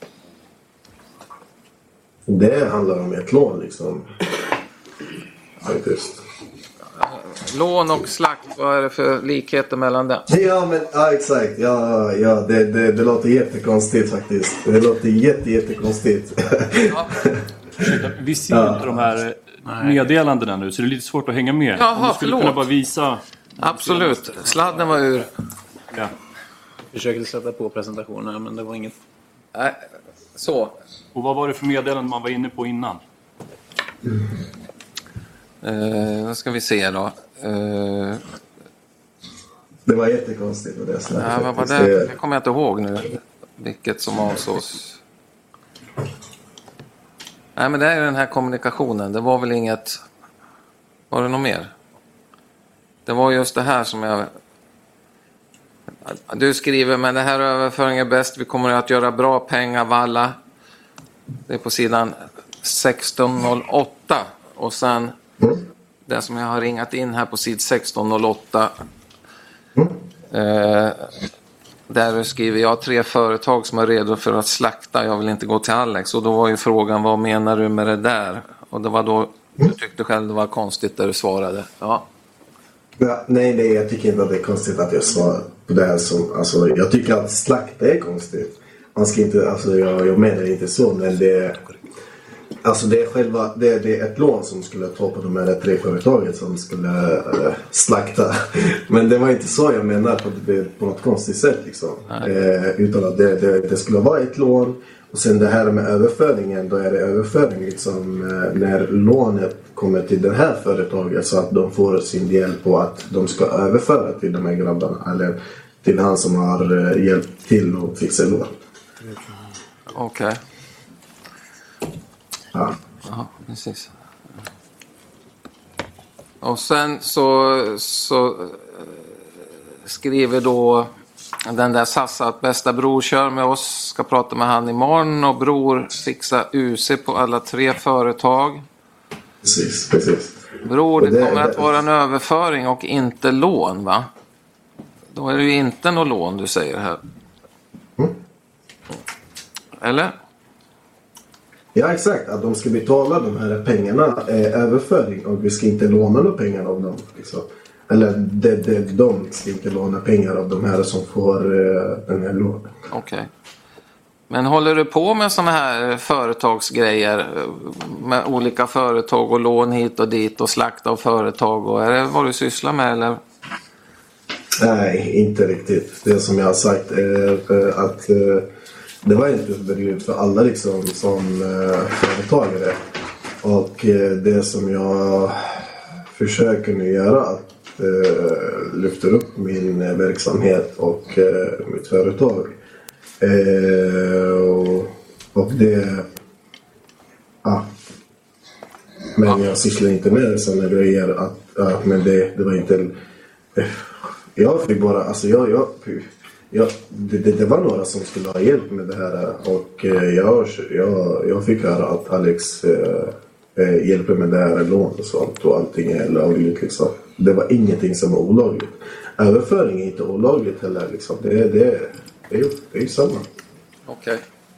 S5: Det handlar om ett lån liksom. Faktiskt.
S3: Lån och slakt, vad är det för likheter mellan det?
S5: Ja, exakt. Ja, det låter jättekonstigt faktiskt. Det låter jättekonstigt.
S3: Ja.
S7: Vi ser inte de här meddelandena nu, så det är lite svårt att hänga med.
S3: Jaha,
S7: du skulle kunna bara visa...
S3: Absolut, sladden var ur.
S7: Ja.
S2: Försökte sätta på presentationen, men det var inget.
S3: Nej, så.
S7: Och vad var det för meddelande man var inne på innan?
S3: Då ska vi se då.
S5: Det var jättekonstigt.
S3: Vad var det? Det kommer jag inte ihåg nu. Vilket som avsågs. Nej, men det är den här kommunikationen. Det var väl inget... Var det något mer? Det var just det här som jag... Du skriver, men det här överföringen är bäst. Vi kommer att göra bra pengar, Valla. Det är på sidan 1608. Och sen... Det som jag har ringat in här på sid 1608. Där du skriver, jag har 3 företag som är redo för att slakta. Jag vill inte gå till Alex. Och då var ju frågan, vad menar du med det där? Och det var då Du tyckte själv det var konstigt där du svarade. Ja.
S5: Ja, nej, jag tycker inte att det är konstigt att jag svarar på det här som... Alltså, jag tycker att slakt är konstigt. Man ska inte... Alltså, jag menar inte så, men det... Alltså det är själva... Det är ett lån som skulle ta på de här 3 företagen som skulle slakta. Men det var inte så jag menar på något konstigt sätt liksom. Utan att det skulle vara ett lån. Och sen det här med överföringen, då är det överföring liksom när lånet kommer till det här företaget så att de får sin del på att de ska överföra till de här grabbarna eller till han som har hjälpt till att fixa lån.
S3: Okej.
S5: Ja.
S3: Ja, precis. Och sen så skriver då den där Sassa att bästa bror kör med oss, ska prata med han imorgon och bror fixa UC på alla 3 företag.
S5: Precis.
S3: Bror, det kommer att vara en överföring och inte lån, va? Då är det ju inte något lån du säger här. Eller?
S5: Ja, exakt. Att de ska betala de här pengarna överföring och vi ska inte låna några pengar av dem. Liksom. Eller de ska inte låna pengar av de här som får den här lånen.
S3: Okej. Men håller du på med såna här företagsgrejer med olika företag och lån hit och dit och slakt av företag? Och är det vad du sysslar med eller?
S5: Nej, inte riktigt. Det som jag har sagt är att det var inte förbjudet för alla liksom som företagare. Och det som jag försöker nu göra att lyfta upp min verksamhet och mitt företag. Och det... Ja. Men jag sysslar inte med sådana grejer men det var inte... Jag fick bara... Alltså det var några som skulle ha hjälp med det här och jag fick höra att Alex hjälper med det här lån och sånt och allting är lagligt liksom. Det var ingenting som var olagligt. Överföring är inte olagligt heller liksom. Det är ju samma.
S3: Okej.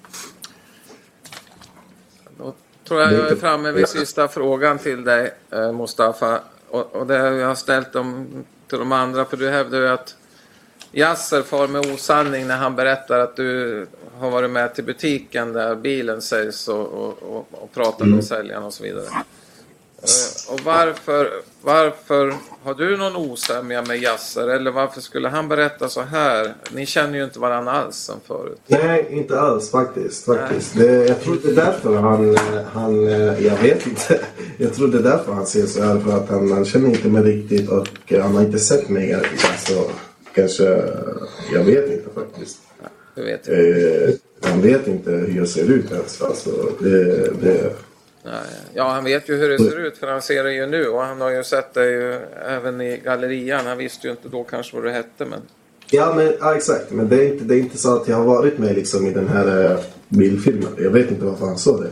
S3: Då tror jag är framme vid sista frågan till dig, Mustafa. Och det jag har ställt dem till de andra, för du hävdar ju att Yasser far med osanning när han berättar att du har varit med till butiken där bilen säljs och pratar med säljaren och så vidare. Och varför har du någon osämja med Yasser? Eller varför skulle han berätta så här? Ni känner ju inte varandra alls som förut.
S5: Nej, inte alls faktiskt. Jag tror det är därför han jag vet inte. Jag tror det är därför han ser så här. För att han känner inte mig riktigt och han har inte sett mig. Så kanske, jag vet inte faktiskt.
S3: Ja, du vet inte.
S5: Han vet inte hur jag ser ut ens. Alltså,
S3: Ja, han vet ju hur det ser ut för han ser det ju nu och han har ju sett det ju även i gallerian. Han visste ju inte då kanske vad du hette, men...
S5: Ja, exakt. Men det är inte så att jag har varit med liksom i den här bildfilmen. Jag vet inte varför han sa det.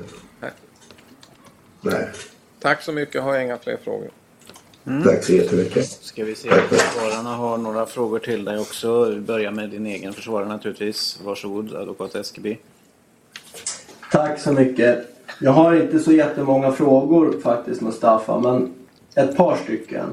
S5: Nej.
S3: Tack så mycket. Jag har inga fler frågor.
S5: Tack så jättemycket.
S2: Ska vi se om försvararna har några frågor till dig också. Vi börjar med din egen försvarare naturligtvis. Varsågod, advokat Eskeby.
S6: Tack så mycket. Jag har inte så jättemånga frågor faktiskt, Mustafa, men ett par stycken.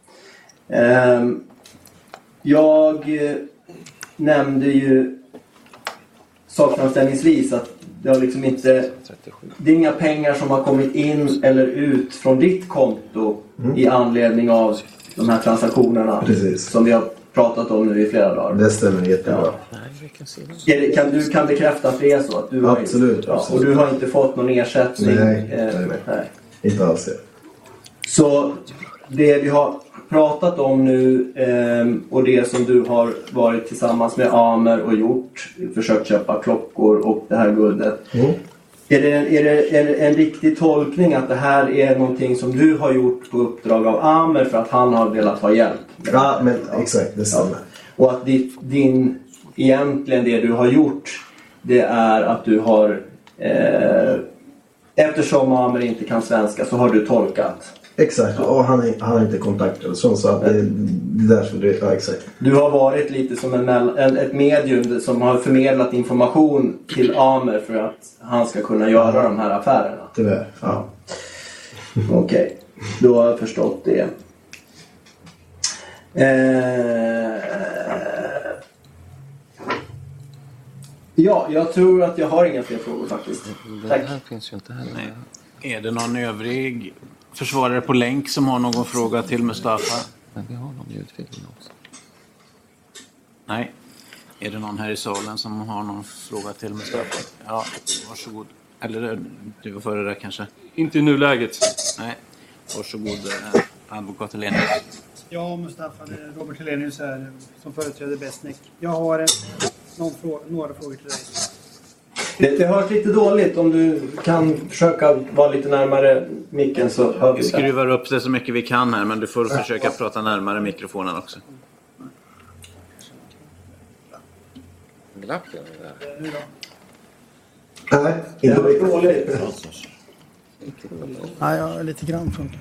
S6: Jag nämnde ju sakframställningsvis att det har liksom inte, det är inga pengar som har kommit in eller ut från ditt konto i anledning av de här transaktionerna.
S5: Precis.
S6: Som vi har pratat om nu i flera dagar.
S5: Det stämmer jättebra.
S6: Ja. Du kan bekräfta att det är så? Att du
S5: absolut,
S6: har,
S5: absolut.
S6: Och du har inte fått någon ersättning?
S5: Nej. Inte alls det.
S6: Så det vi har pratat om nu och det som du har varit tillsammans med Amer och gjort, försökt köpa klockor och det här guldet. Är det en riktig tolkning att det här är någonting som du har gjort på uppdrag av Amer för att han har velat ha hjälp?
S5: Ja, men exakt, det stämmer.
S6: Ja. Och att egentligen det du har gjort, det är att du har eftersom Amer inte kan svenska så har du tolkat.
S5: Exakt, och han har inte kontakter så att det är därför det är exakt.
S6: Du har varit lite som ett medium som har förmedlat information till Amer för att han ska kunna göra de här affärerna.
S5: Tyvärr, ja.
S6: Okej, då har jag förstått det. Ja, jag tror att jag har inga fler frågor faktiskt. Tack.
S3: Det här finns ju inte heller.
S2: Nej. Är det någon övrig försvarare på länk som har någon fråga till Mustafa?
S3: Men vi har någon ljudfilm också.
S2: Nej. Är det någon här i salen som har någon fråga till Mustafa? Ja, varsågod. Eller du var före där kanske?
S7: Inte i nuläget.
S2: Nej. Varsågod, advokat Helenius.
S8: Ja, Mustafa, det är Robert Helenius här som företräder Bestnick. Jag har några frågor till dig.
S6: Det hörs lite dåligt. Om du kan försöka vara lite närmare micken så hör vi
S2: Vi
S6: det.
S2: skruvar upp det så mycket vi kan här, men du får försöka prata närmare mikrofonen också.
S3: Glapp jag det där?
S5: Nej, inte
S6: Det hörs dåligt.
S8: Ja, jag är lite grann funkar.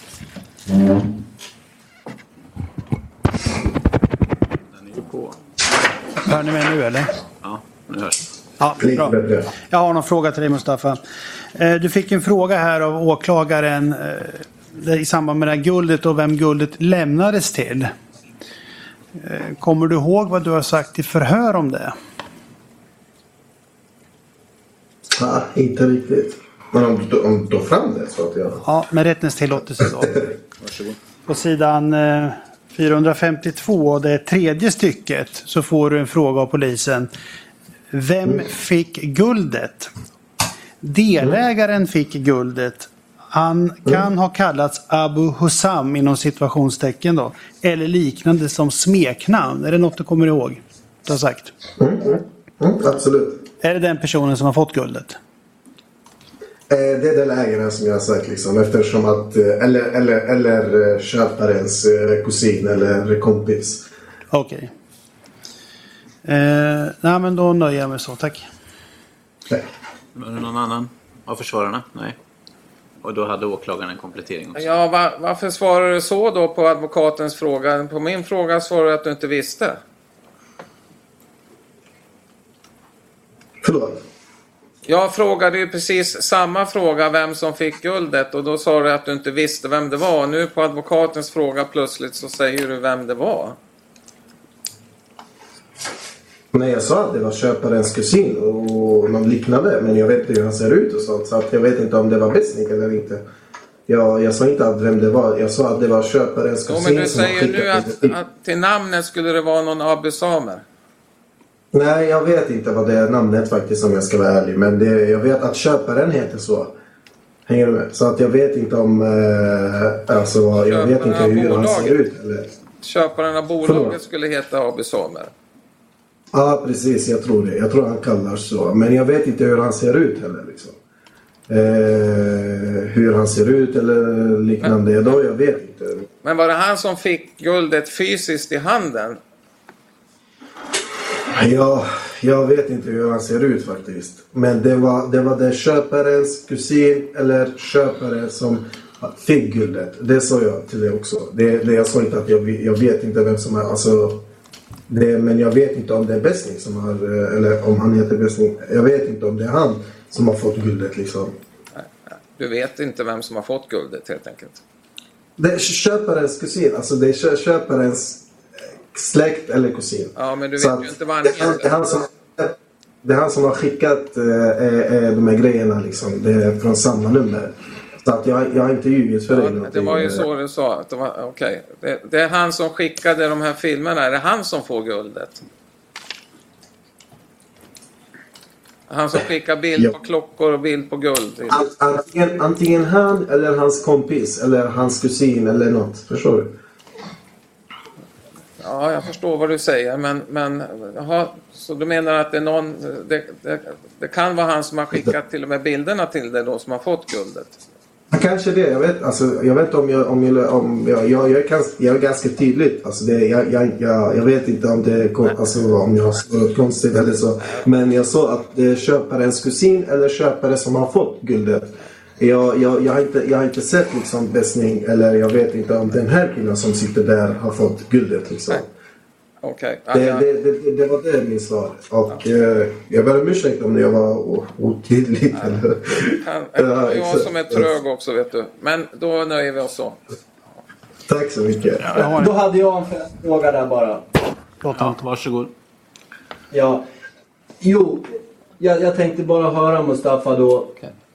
S2: Den är ju på.
S8: Hör ni mig nu eller?
S2: Ja, nu hörs.
S8: Ja, bra. Jag har någon fråga till dig, Mustafa. Du fick en fråga här av åklagaren i samband med det här guldet och vem guldet lämnades till. Kommer du ihåg vad du har sagt i förhör om det?
S5: Ja, inte riktigt. Men om du tar fram det så att jag...
S8: Ja, med rättens tillåtelse då.
S2: Varsågod.
S8: På sidan 452, det tredje stycket, så får du en fråga av polisen. Vem fick guldet? Delägaren fick guldet. Han kan ha kallats Abu Hussam inom situationstecken då. Eller liknande som smeknamn. Är det något du kommer ihåg? Du har sagt.
S5: Absolut.
S8: Är det den personen som har fått guldet?
S5: Det är den ägaren som jag har sagt liksom, eftersom att eller köparens kusin eller kompis.
S8: Okej. Nej, men då nöjer jag mig så. Tack.
S5: Nej.
S2: Var det någon annan av försvararna? Nej. Och då hade åklagaren en komplettering också.
S3: Ja, varför svarar du så då på advokatens fråga? På min fråga svarar du att du inte visste.
S5: Förlåt.
S3: Jag frågade ju precis samma fråga, vem som fick guldet, och då sa du att du inte visste vem det var. Nu på advokatens fråga plötsligt så säger du vem det var.
S5: Nej, jag sa att det var köparens kusin och någon liknande, men jag vet inte hur han ser ut och sånt, så att jag vet inte om det var Bestnick eller inte. Jag sa inte att vem det var, jag sa att det var köparens kusin.
S3: Men du säger nu att till namnet skulle det vara någon Abu Samer.
S5: Nej, jag vet inte vad det är namnet faktiskt, om jag ska vara ärlig. Men jag vet att köparen heter så. Hänger du med? Så att jag vet inte om... jag vet inte hur han ser ut. Eller?
S3: Köparen av bolaget skulle heta Abu Samer.
S5: Ja, precis. Jag tror det. Jag tror han kallar så. Men jag vet inte hur han ser ut heller. Liksom. Hur han ser ut eller liknande. Då jag vet inte.
S3: Men var det han som fick guldet fysiskt i handen?
S5: Ja, jag vet inte hur han ser ut faktiskt. Men det var den köparens kusin eller köpare som fick guldet. Det sa jag till det också. Jag sa inte att jag vet inte vem som är... Alltså, men jag vet inte om det är Bestnick som har... Eller om han heter Bestnick. Jag vet inte om det är han som har fått guldet liksom.
S3: Du vet inte vem som har fått guldet helt enkelt.
S5: Det är köparens kusin. Alltså det är köparens släkt eller kusin.
S3: Ja, men du
S5: så
S3: vet ju inte vad han heter.
S5: Det är han som har skickat de här grejerna liksom. Det är från samma nummer. Så att jag har inte ljugit för dig.
S3: Det var ju så du sa. Att det var, okej. Det är han som skickade de här filmerna. Är det han som får guldet? Han som skickar bild på klockor och bild på guld.
S5: Antingen han eller hans kompis eller hans kusin eller något. Förstår du?
S3: Ja, jag förstår vad du säger. Men jaha, så du menar att det är någon... Det kan vara han som har skickat till och med bilderna till dig då som har fått guldet.
S5: Kanske det, jag vet inte om jag är ganska tydligt, alltså jag vet inte om det om jag har konstigt eller så, men jag sa att det är köparens kusin eller köpare som har fått guldet. Jag har inte sett liksom Bestnick, eller jag vet inte om den här killen som sitter där har fått guldet liksom.
S3: Okej.
S5: Det var det min svar. Och jag ber om ursäkt om jag var otydlig.
S3: Jag som är trög också, vet du. Men då nöjer vi oss så.
S5: Tack så mycket.
S6: Då hade jag en fråga där bara.
S2: Ja, varsågod.
S6: Ja. Jo, jag tänkte bara höra Mustafa då.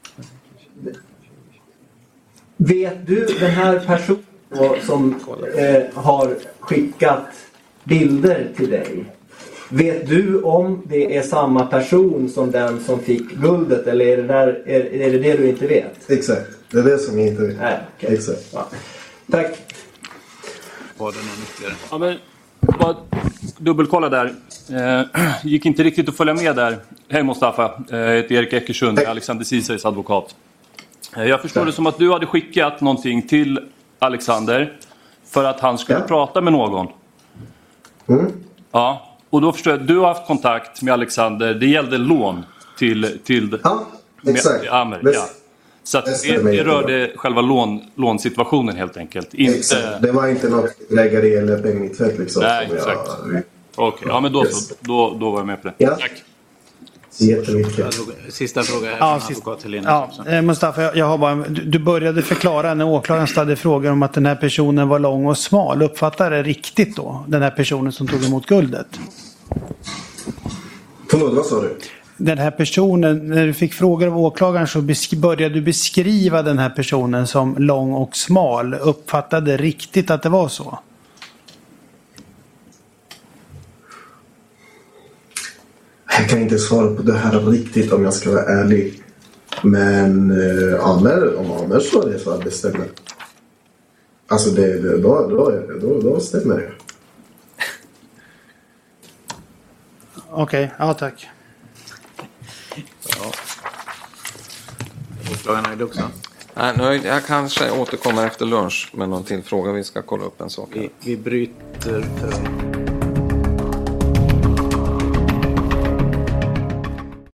S6: Vet du den här personen som har skickat bilder till dig? Vet du om det är samma person som den som fick guldet, eller är det du inte vet?
S5: Exakt, det är det som jag inte vet.
S6: Nej, okay.
S5: Exakt.
S6: Ja. Tack.
S2: Var det någon ytterligare?
S7: Ja, men bara dubbelkolla där. Gick inte riktigt att följa med där. Hej Mustafa, jag heter Erik Eckersund, Alexander Ceesay's advokat. Jag förstår det som att du hade skickat någonting till Alexander för att han skulle prata med någon.
S5: Mm.
S7: Ja, och då förstår jag att du har haft kontakt med Alexander. Det gällde lån till
S5: exakt.
S7: Amer. Ja. Så att det rörde själva lånsituationen helt enkelt.
S5: Exakt. Det var inte något läggare eller penningtvätt liksom.
S7: Nej, exakt. Okej, ja men då var jag med på det.
S5: Ja.
S7: Tack.
S5: Jättemycket.
S2: Sista fråga här
S8: Ja,
S2: från advokat Helena.
S8: Mustafa, jag har bara, du började förklara när åklagaren ställde frågor om att den här personen var lång och smal. Uppfattar det riktigt då? Den här personen som tog emot guldet?
S5: Förlåt, vad sa du?
S8: Den här personen, när du fick frågor av åklagaren så började du beskriva den här personen som lång och smal. Uppfattade riktigt att det var så?
S5: Jag kan inte svara på det här riktigt om jag ska vara ärlig. Men om Amer sa det så det stämmer. Alltså då stämmer det.
S8: Okej, ja tack.
S2: Ja. Åklagaren är nöjd också.
S3: Nej, nöjd. Jag kanske återkommer efter lunch med någon till fråga. Vi ska kolla upp en sak här.
S2: Vi bryter för